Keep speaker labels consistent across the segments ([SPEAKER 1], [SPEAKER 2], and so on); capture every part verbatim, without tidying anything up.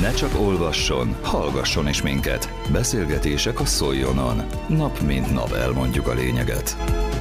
[SPEAKER 1] Ne csak olvasson, hallgasson is minket. Beszélgetések a Szoljonon. Nap mint nap elmondjuk a lényeget.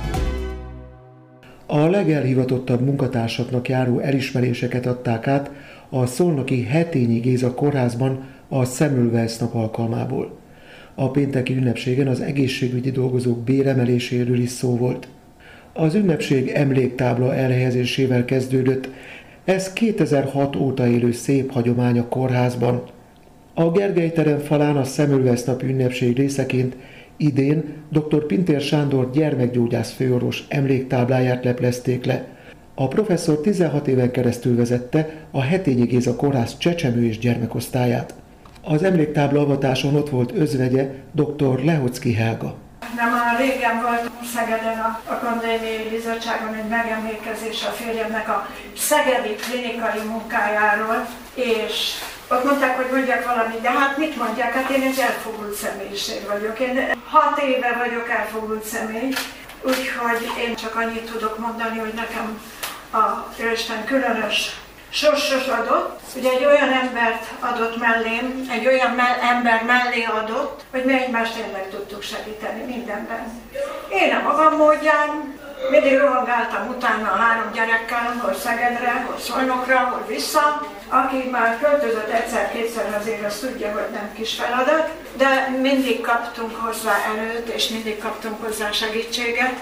[SPEAKER 2] A legelhivatottabb munkatársaknak járó elismeréseket adták át a szolnoki Hetényi Géza kórházban a Semmelweis nap alkalmából. A pénteki ünnepségen az egészségügyi dolgozók béremeléséről is szó volt. Az ünnepség emléktábla elhelyezésével kezdődött, ez kétezer-hat óta élő szép hagyomány a kórházban. A Gergely terem falán a Semmelweis nap ünnepség részeként idén dr. Pintér Sándor gyermekgyógyász főorvos emléktábláját leplezték le. A professzor tizenhat éven keresztül vezette a Hetényi Géza kórház csecsemő és gyermekosztályát. Az emléktábla avatáson ott volt özvegye dr. Lehocki Helga.
[SPEAKER 3] Nem már régen volt Szegeden a akadémiai bizottságon egy megemlékezés a férjemnek a szegedi klinikai munkájáról, és ott mondták, hogy mondjak valamit, de hát mit mondják? Hát én egy elfogult személyiség vagyok. Én hat éve vagyok elfogult személy, úgyhogy én csak annyit tudok mondani, hogy nekem a Isten különös sorsos adott, ugye egy olyan embert adott mellém, egy olyan me- ember mellé adott, hogy mi egymást tényleg tudtuk segíteni mindenben. Én a magam módján mindig rohangáltam utána a három gyerekkel, hol Szegedre, hol Szolnokra, hol vissza. Aki már költözött egyszer-kétszer, azért azt tudja, hogy nem kis feladat, de mindig kaptunk hozzá előtt, és mindig kaptunk hozzá segítséget.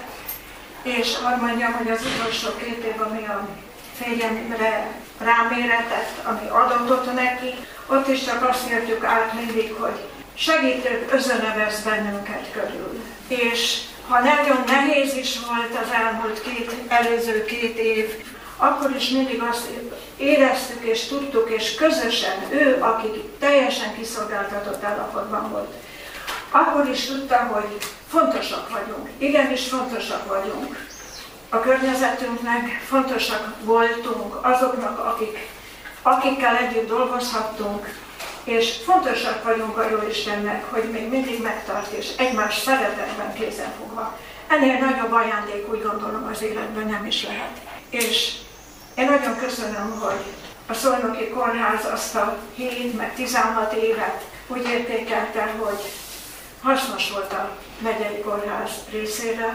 [SPEAKER 3] És hadd mondjam, hogy az utolsó két év, ami a férjemre ráméretett, ami adatot neki, ott is csak azt értük át mindig, hogy segítők özönevez bennünket körül. És ha nagyon nehéz is volt az elmúlt két, előző két év, akkor is mindig azt éreztük és tudtuk, és közösen ő, aki teljesen kiszolgáltatott állapotban volt, akkor is tudta, hogy fontosak vagyunk, igenis fontosak vagyunk. A környezetünknek fontosak voltunk azoknak, akik, akikkel együtt dolgozhattunk, és fontosak vagyunk a Jóistennek, hogy még mindig megtart, és egymás szeretetben kézenfogva. Ennél nagyobb ajándék, úgy gondolom, az életben nem is lehet. És én nagyon köszönöm, hogy a Szolnoki Kórház azt a hét meg tizenhat évet úgy értékelte, hogy hasznos volt a megyei kórház részére,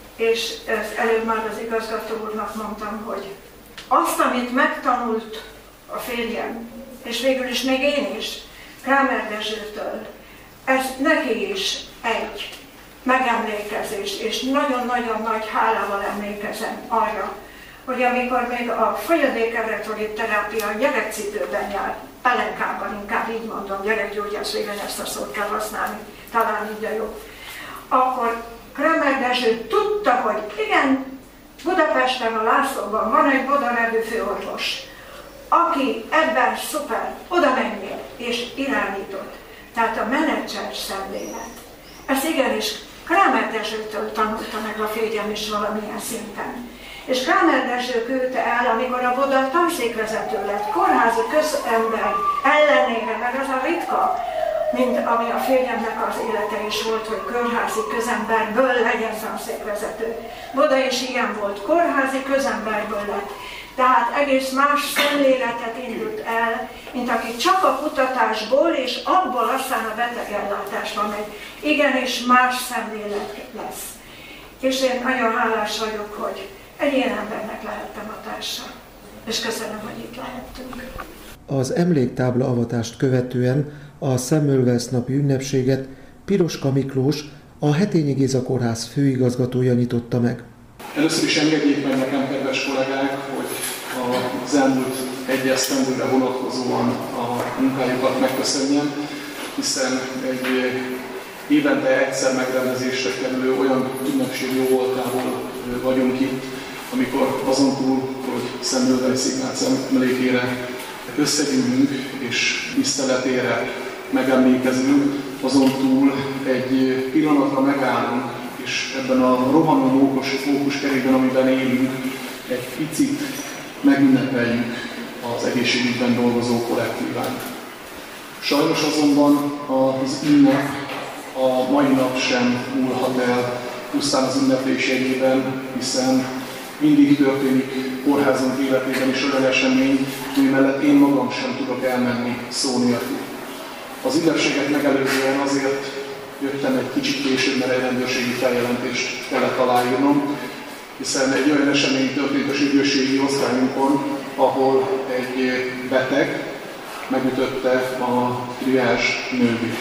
[SPEAKER 3] és előbb már az igazgató úrnak mondtam, hogy azt, amit megtanult a férjem, és végül is még én is, Krámer Dezsőtől, ez neki is egy megemlékezés, és nagyon-nagyon nagy hálával emlékezem arra, hogy amikor még a folyadékelektrolit terápia gyerekcipőben járt, pelenkában, inkább így mondom, gyerekgyógyász régen ezt a szót kell használni, talán így a jó, akkor Krámer Dezső tudta, hogy igen, Budapesten a Lászlóban van egy Boda nevű főorvos, aki ebben szuper, oda menjél és irányított. Tehát a menedzser szemlélet. Ezt igenis Krámer Dezsőtől tanulta meg a férjem is valamilyen szinten. És Krámer Dezső küldte el, amikor a Boda tanszékvezető lett, kórházi közember ellenére, meg az a ritka, mint ami a férjemnek az élete is volt, hogy kórházi közemberből legyen tanszékvezető. Boda is ilyen volt, kórházi közemberből lett. Tehát egész más szemléletet indult el, mint aki csak a kutatásból és abból aztán a betegellátásba megy. Igenis más szemlélet lesz. És én nagyon hálás vagyok, hogy egy ilyen embernek lehettem a társa. És köszönöm, hogy itt lehettünk.
[SPEAKER 2] Az emléktábla avatást követően a Semmelweis napi ünnepséget Piroska Miklós, a Hetényi Géza kórház főigazgatója nyitotta meg.
[SPEAKER 4] Először is engedjék meg nekem, kedves kollégák, hogy az elmúlt egy esztendőre vonatkozóan a munkájukat megköszönjem, hiszen egy évente egyszer megrendezésre kerülő olyan ünnepség jó voltából vagyunk itt, amikor azon túl, hogy Semmelweis Ignác emlékére összegyűlünk és tiszteletére megemlékezünk, azon túl egy pillanatra megállunk, és ebben a rohanó mókus, mókus kerékben, amiben élünk, egy picit megünnepeljük az egészségügyben dolgozó kollektívát. Sajnos azonban az ünnep a mai nap sem múlhat el pusztán az ünneplés jegyében, hiszen mindig történik kórházunk életében is olyan esemény, ami mellett én magam sem tudok elmenni szó nélkül. Az ünnepséget megelőzően azért jöttem egy kicsit később, mert egy rendőrségi feljelentést kellett aláírnom, hiszen egy olyan esemény történt a sürgősségi osztályunkon, ahol egy beteg megütötte a triázs nővét.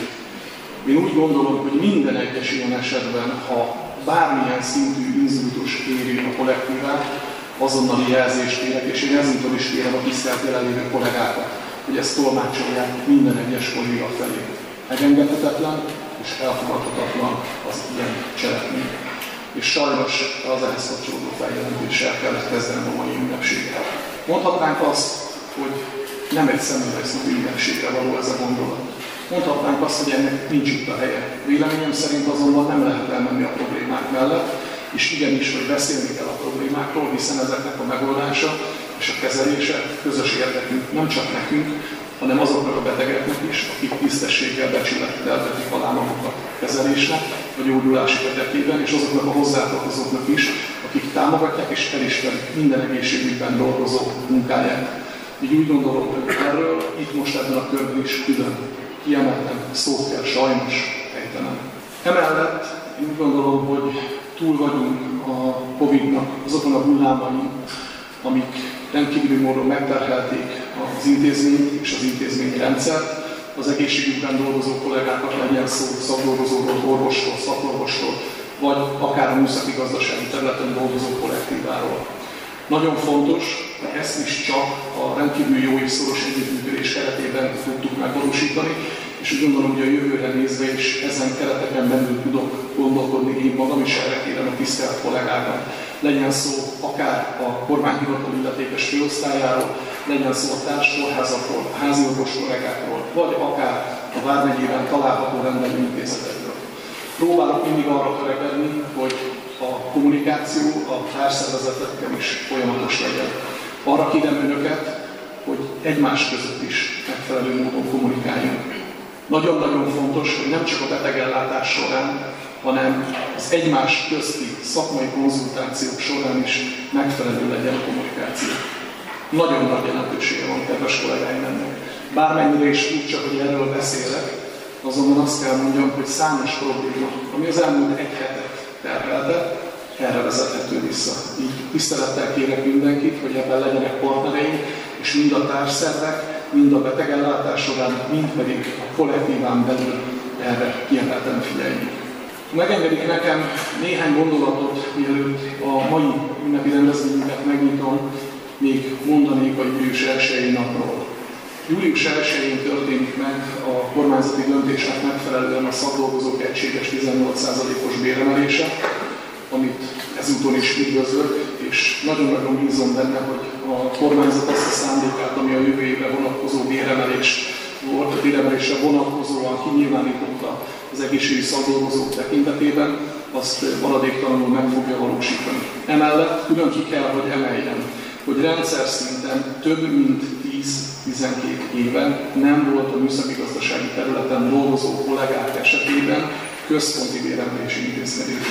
[SPEAKER 4] Én úgy gondolom, hogy minden egyes ilyen esetben, ha bármilyen szintű inzultus éri a kollektívát, azonnali jelzést kérek, és én ezúttal is kérem a tisztelt jelenlévő kollégákat, hogy ezt tolmácsolják minden egyes kolléga felé. Megengedhetetlen és elfogadhatatlan az ilyen cselekmény. És sajnos az ehhez kapcsolódó feljelentéssel kellett kezdenem a mai ünnepséget. Mondhatnánk azt, hogy nem egy szemüvegsznapú ünnepségre való ez a gondolat. Mondhatnánk azt, hogy ennek nincs itt a helye. Véleményem szerint azonban nem lehet elmenni a problémák mellett, és igenis, hogy beszélni kell a problémákról, hiszen ezeknek a megoldása és a kezelése közös érdekünk nem csak nekünk, hanem azoknak a betegeknek is, akik tisztességgel, becsülettel vetik alá magukat kezelésnek, a gyógyulási érdekében, és azoknak a hozzátartozóknak is, akik támogatják és elismerik minden egészségügyben dolgozó munkáját. Így úgy gondolom, hogy erről itt most ebben a körben is külön kiemelten szót kell sajnos ejtenem. Emellett én úgy gondolom, hogy túl vagyunk a Covidnak azokon a hullámain, amik rendkívüli módon megterhelték az intézményt és az intézményi rendszert, az egészségügyben dolgozó kollégákat, legyen szó szakdolgozóról, orvosról, szakorvosról, vagy akár a műszaki gazdasági területen dolgozó kollektíváról. Nagyon fontos, hogy ezt is csak a rendkívül jó és szoros együttműködés keretében tudtuk megvalósítani, és úgy gondolom, hogy a jövőre nézve is ezen kereteken belül tudok gondolkodni én magam, és erre kérem a tisztelt kollégákat. Legyen szó akár a kormányhivatal illetékes főosztályáról, legyen szó a társkórházakról, a házi orvos kollégákról, vagy akár a Vármegyében található rendelőintézetekről. Próbálok mindig arra törekedni, hogy a kommunikáció a társszervezetekkel is folyamatos legyen. Arra kérem önöket, hogy egymás között is megfelelő módon kommunikáljunk. Nagyon-nagyon fontos, hogy nem csak a betegellátás során, hanem az egymás közti szakmai konzultációk során is megfelelő legyen a kommunikáció. Nagyon nagy jelentősége van, kedves kollégáim, ennek. Bármennyire is furcsa, hogy erről beszélek, azonban azt kell mondjam, hogy számos probléma, ami az elmúlt egy hetet terhelte, erre vezethető vissza. Így tisztelettel kérek mindenkit, hogy ebben legyenek partnereink, és mind a társszervek, mind a betegellátás során, mind pedig a kollektíván belül erre kiemelten figyeljünk. Megengedik nekem néhány gondolatot, mielőtt a mai ünnepi rendezvényünket megnyitom, még mondanék a július elsejei napról. július elsején történik meg a kormányzati döntésnek megfelelően a szakdolgozók egységes tizennyolc százalékos béremelése, amit ezúton is üdvözlök, és nagyon-nagyon bízom benne, hogy a kormányzat azt a szándékát, ami a jövő évre vonatkozó béremelés volt, a béremelésre vonatkozóan kinyilvánította az egészségügyi szakdolgozók tekintetében, azt maradéktalanul meg fogja valósítani. Emellett külön ki kell, hogy emeljen, hogy rendszer szinten több mint tíz-tizenkét éven nem volt a műszaki gazdasági területen dolgozó kollégák esetében központi béremelési intézkedés.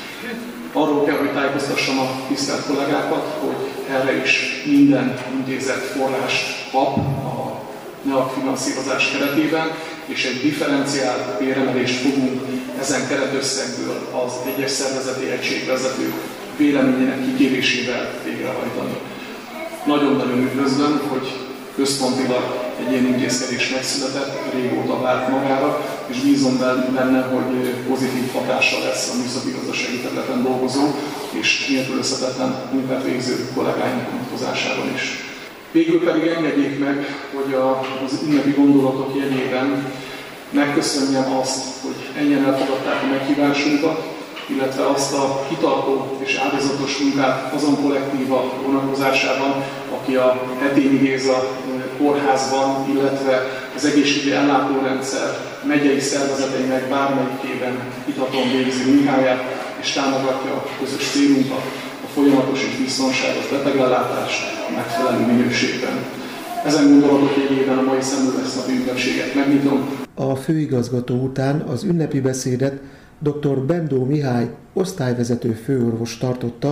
[SPEAKER 4] Arról kell, hogy tájékoztassam a tisztelt kollégákat, hogy erre is minden intézet forrást kap a NEAK finanszírozás keretében, és egy differenciált béremelést fogunk ezen keretösszegből az egyes szervezeti egységvezetők véleményének kikérésével végrehajtani. Nagyon-nagyon üdvözlöm, hogy központilag egy ilyen intézkedés megszületett, régóta várt magára, és bízom benne, hogy pozitív hatással lesz a műszaki gazdasági területen dolgozó és nélkülözhetetlen munkát végző kollégáink vonatkozásában is. Végül pedig engedjék meg, hogy az ünnepi gondolatok jegyében megköszönjem azt, hogy ennyien elfogadták a meghívásunkat, illetve azt a kitartó és áldozatos munkát azon kollektíva vonatkozásában, aki a Hetényi Géza kórházban, illetve az egészségügyi ellátórendszer megyei szervezeteinek bármelyikében kitartóan végzi munkáját, és támogatja a közös célunkat, a folyamatos és biztonságos betegellátást megfelelő minőségben. Ezen gondolatok jegyében a mai szemüvegsznapi ünnepséget megnyitom.
[SPEAKER 2] A főigazgató után az ünnepi beszédet dr. Bendó Mihály osztályvezető főorvos tartotta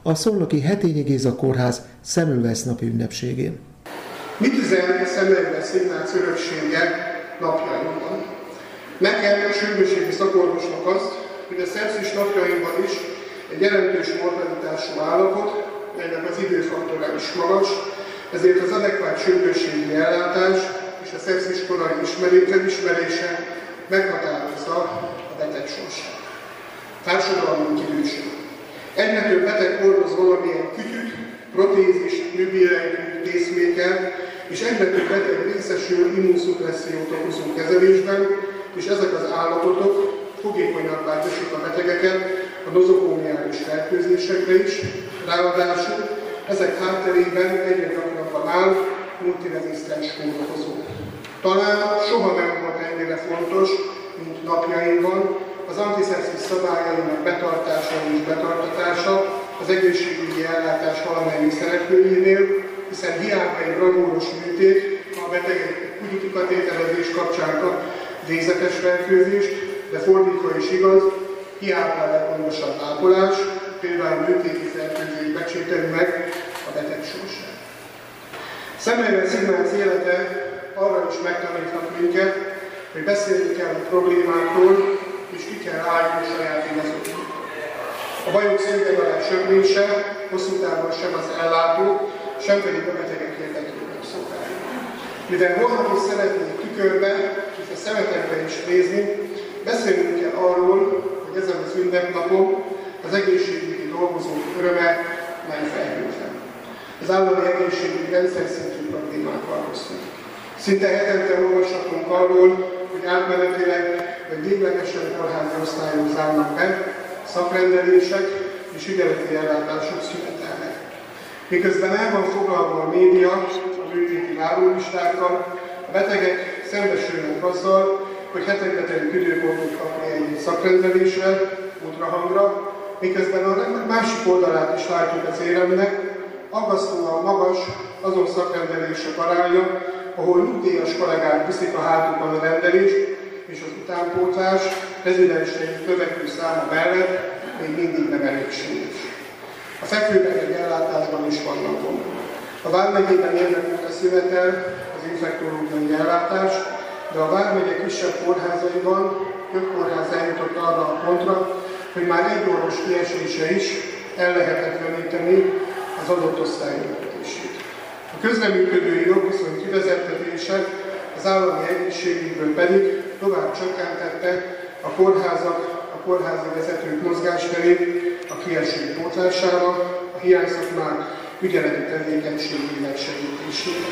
[SPEAKER 2] a szolnoki Hetényi Géza Kórház szemülvesznapi ünnepségén.
[SPEAKER 5] Mit üzen Szemmelweis Ignác öröksége napjainkban? Nekem, a sürgősségi szakorvosnak azt, hogy a szepszis napjainkban is egy jelentős mortalitású állapot, melynek az időfaktora is magas, ezért az adekvát sürgősségi ellátás és a szepszis korai felismerése meghatározza a beteg sorsát. Társadalmunk időség. Egyre több beteg hordoz valamilyen kütyüt, protézist, műbélrejtőt, pacemaker, és egyre több beteg részesül immunszupressziót okozó kezelésben, és ezek az állapotok fogékonyabbá teszik a betegeket a nozokómiális fertőzésekre is, ráadásul ezek hátterében egyre gyakrabban áll multirezisztens kórokozó. Talán soha nem volt ennyire fontos, mint napjainkban, az antiszepszis szabályainak betartása és betartatása az egészségügyi ellátás valamennyi szereplőjénél, hiszen hiába egy bravúros műtét, a betegek kutitikatételezés kapcsán kap végzetes fertőzést, de fordítva is igaz, hiába a legfontosabb ápolás, például műtéti fertőzés becsételi meg a beteg sorsát. Szemmelweis Ignác élete arra is megtaníthat minket, hogy beszélni kell a problémákról, és ki kell állni a saját igazoknak. A bajok szőnyeg alá söprése hosszú távon sem az ellátó, sem pedig a betegek érdekében szolgálja. Mivel holnap is szeretnénk tükörbe és a szemetekbe is nézni, beszélnünk kell arról, hogy ezen az ünnepnapon az egészségügyi dolgozók öröme nem felhőtlen. Az állami egészségügyi rendszer szintű problémákkal osztunk. Szinte hetente olvashatunk arról, hogy átmenetileg vagy véglegesen kórházi osztályok zárnak be, szakrendelések és ügyeleti ellátások szünetelnek. Miközben el van foglalva a média a műtéti várólistákkal, a betegek szembesülnek azzal, hogy hetekbe telik időpontot kapni egy szakrendelésre, ultrahangra, miközben a másik oldalát is látjuk az éremnek, aggasztóan magas azon szakrendelések aránya, ahol nyugdíjas kollégák viszik a hátukon a rendelést, és az utánpótlás rezidenseink növekvő száma mellett még mindig nem elégséges. A fekvőbeteg ellátásban is vannak gondok. A Vármegyében évek óta szünetel az infektológiai ellátás, de a Vármegye kisebb kórházaiban több kórház eljutott arra a pontra, hogy már egy orvos kiesése is ellehetetleníteni az adott osztály működését. A közreműködői jogviszony kivezettetése az állami egészségügyből pedig tovább csökkentette a kórházak, a kórházi vezetők mozgásterét a kieső pótlására, a hiányszakmák ügyeleti tevékenységének segítésére.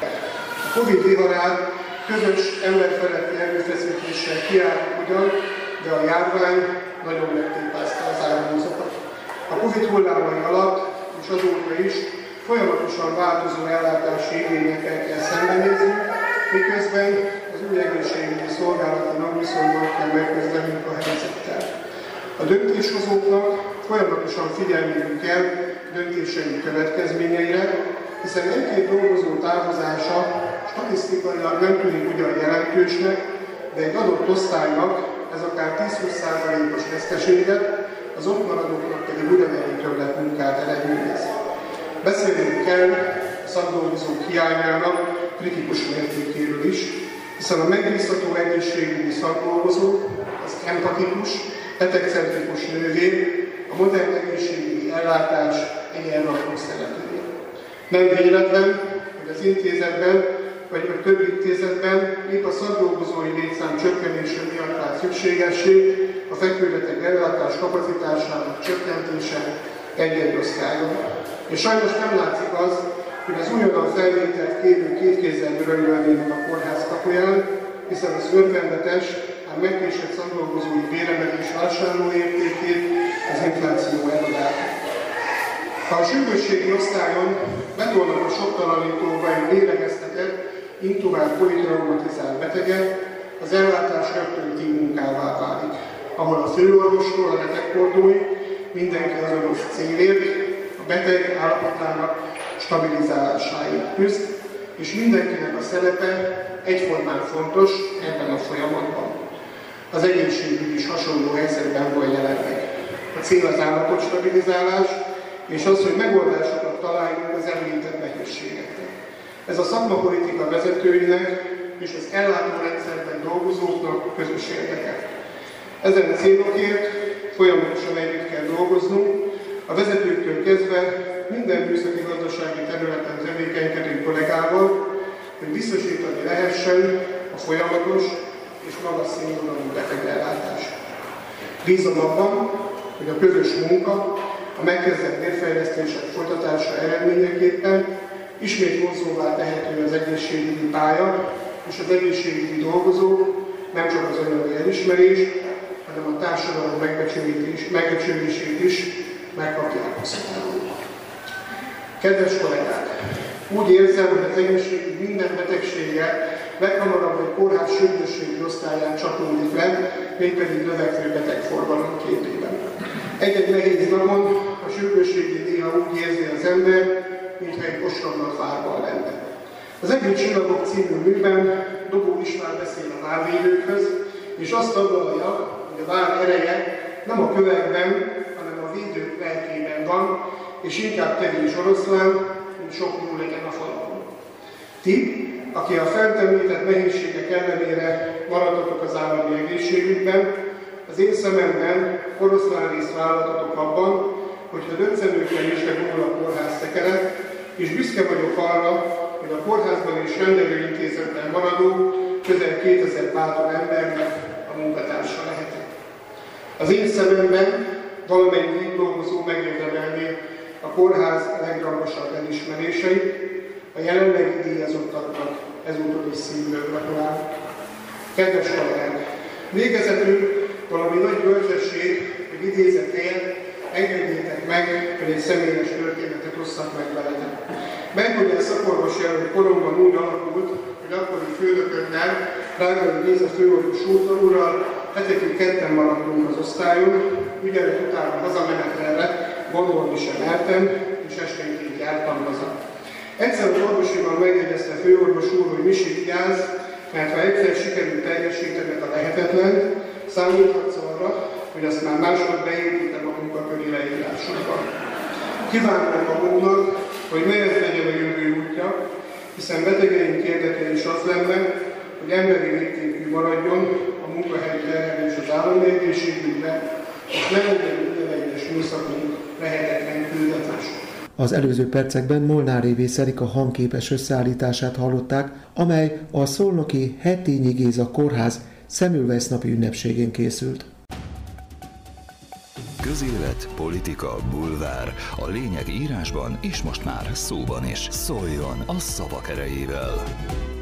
[SPEAKER 5] A Covid viharát közös emberfeletti erőfeszítéssel kiállt ugyan, de a járvány nagyon megtépázta az áldozatokat. A Covid hullámai alatt és azóta is folyamatosan változó ellátási igényekkel kell szembenézni, miközben az új egészségügyi szolgálati nagyviszonyban kell megküzdenünk a helyzettel. A döntéshozóknak folyamatosan figyelniük kell döntései következményeire, hiszen egy-két dolgozó távozása statisztikailag nem tűnik ugyan jelentősnek, de egy adott osztálynak ez akár tíz-húsz százalékos veszteséget, az ott maradóknak pedig ugyanennyi többlet munkát eredményez. Beszélnünk kell a szakdolgozók hiányának kritikus mértékéről is, hiszen a megbízható egészségügyi szakdolgozó az empatikus, betegcentrikus nővér, a modern egészségügyi ellátás egyenrangú szereplője. Nem véletlen, hogy az intézetben, vagy a több intézetben épp a szakdolgozói létszám csökkenése miatt vált szükségessé a fekvőbeteg ellátás kapacitásának csökkentése egy-egy osztályon. És sajnos nem látszik az, hogy az újonnan felvételt kérő két kézzel örömölnének a kórház kapuján, hiszen az örvendetes, ám megkésett szakdolgozói béremelés vásárlóértékét az infláció eladálta. Ha a sürgősségi osztályon betolnak a sokkalanítóba egy lélegeztetett, intubált politraumatizált beteget, az ellátás rögtön tímmunkává válik, ahol a főorvosról a betegkordói mindenki azonos célért, a beteg állapotának stabilizálásáért küzd, és mindenkinek a szerepe egyformán fontos ebben a folyamatban. Az egészségügy is hasonló helyzetben van jelenleg. A cél az állapot stabilizálás, és az, hogy megoldásokat találjunk az említett nehézségekre. Ez a szakmapolitika vezetőinek és az ellátórendszerben dolgozóknak közös érdeke. Ezen célokért folyamatosan együtt kell dolgoznunk, a vezetőktől kezdve minden műszaki gazdasági területen tevékenykedő kollégával, hogy biztosítani lehessen a folyamatos és magas színvonalú betegellátás. Bízom abban, hogy a közös munka, a megkezdett vérfejlesztések folytatása eredményeképpen ismét vonzóvá tehető az egészségügyi pálya, és az egészségügyi dolgozók nem csak az anyagi elismerés, hanem a társadalom megbecsülését is megkapják a szakáról. Kedves kollégák! Úgy érzem, hogy az egészségügy minden betegsége leghamarabb egy kórház sürgősségi osztályán csapódik le, mégpedig növekvő betegforgalom képében. Egy-egy nehéz napon a sürgősségi néha úgy érzi az ember, mintha egy ostromnak várban lenne. Az Egri Csillagok című műben Dobó István beszél a várvédőkhöz, és azt taglalja, hogy a vár ereje nem a kövekben, hanem a védők lelkében van, és inkább kevés oroszlán, mint sok jó legyen a falakon. Ti, aki a fent említett nehézségek ellenére maradtatok az állami egészségügyben, az én szememben oroszlánrészt vállaltatok abban, hogy a döccenőkkel is begondol a kórház szekere, és büszke vagyok arra, hogy a kórházban és rendelőintézetben maradó közel kétezer bátor embernek a munkatársa lehetek. Az én szememben valamennyi itt dolgozó megérdemelné a kórház legrangosabb elismeréseit, a jelenlegi díjazottaknak ezúttal is szívből gratulálok. Kedves kollégák! Végezetül valami nagy bölcsesség, hogy idézet helyett engedjétek meg, hogy egy személyes történetet osszak meg veletek. Benkogyár szakorvosi előtt koromban úgy alakult, hogy akkori főnökömmel, Rágai Géza főorvos úrral hetekig ketten maradtunk az osztályon, ügyelet után hazamenetelre gondolni sem mertem, és esténként jártam haza. Egyszer az orvosiban megjegyezte a főorvos úr, hogy Misi, vigyázz, mert ha egyszer sikerül teljesítened a lehetetlen, számíthatsz arra, hogy azt már másod beépítem a munkaköri leírásomban. Kívánom magunknak, hogy ne ez legyen a jövő útja, hiszen betegeink érdeke is az lenne, hogy emberi léptékű maradjon a munkahelyi terhelés az állami egészségügyben, és ne legyen minden egyes műszakunk lehetetlen küldetés.
[SPEAKER 2] Az előző percekben Molnár Révész Erika hangképes összeállítását hallották, amely a szolnoki Hetényi Géza Kórház szemülvesznapi ünnepségén készült.
[SPEAKER 1] Közélet, politika, bulvár. A lényeg írásban és most már szóban is. Szóljon a szavak erejével!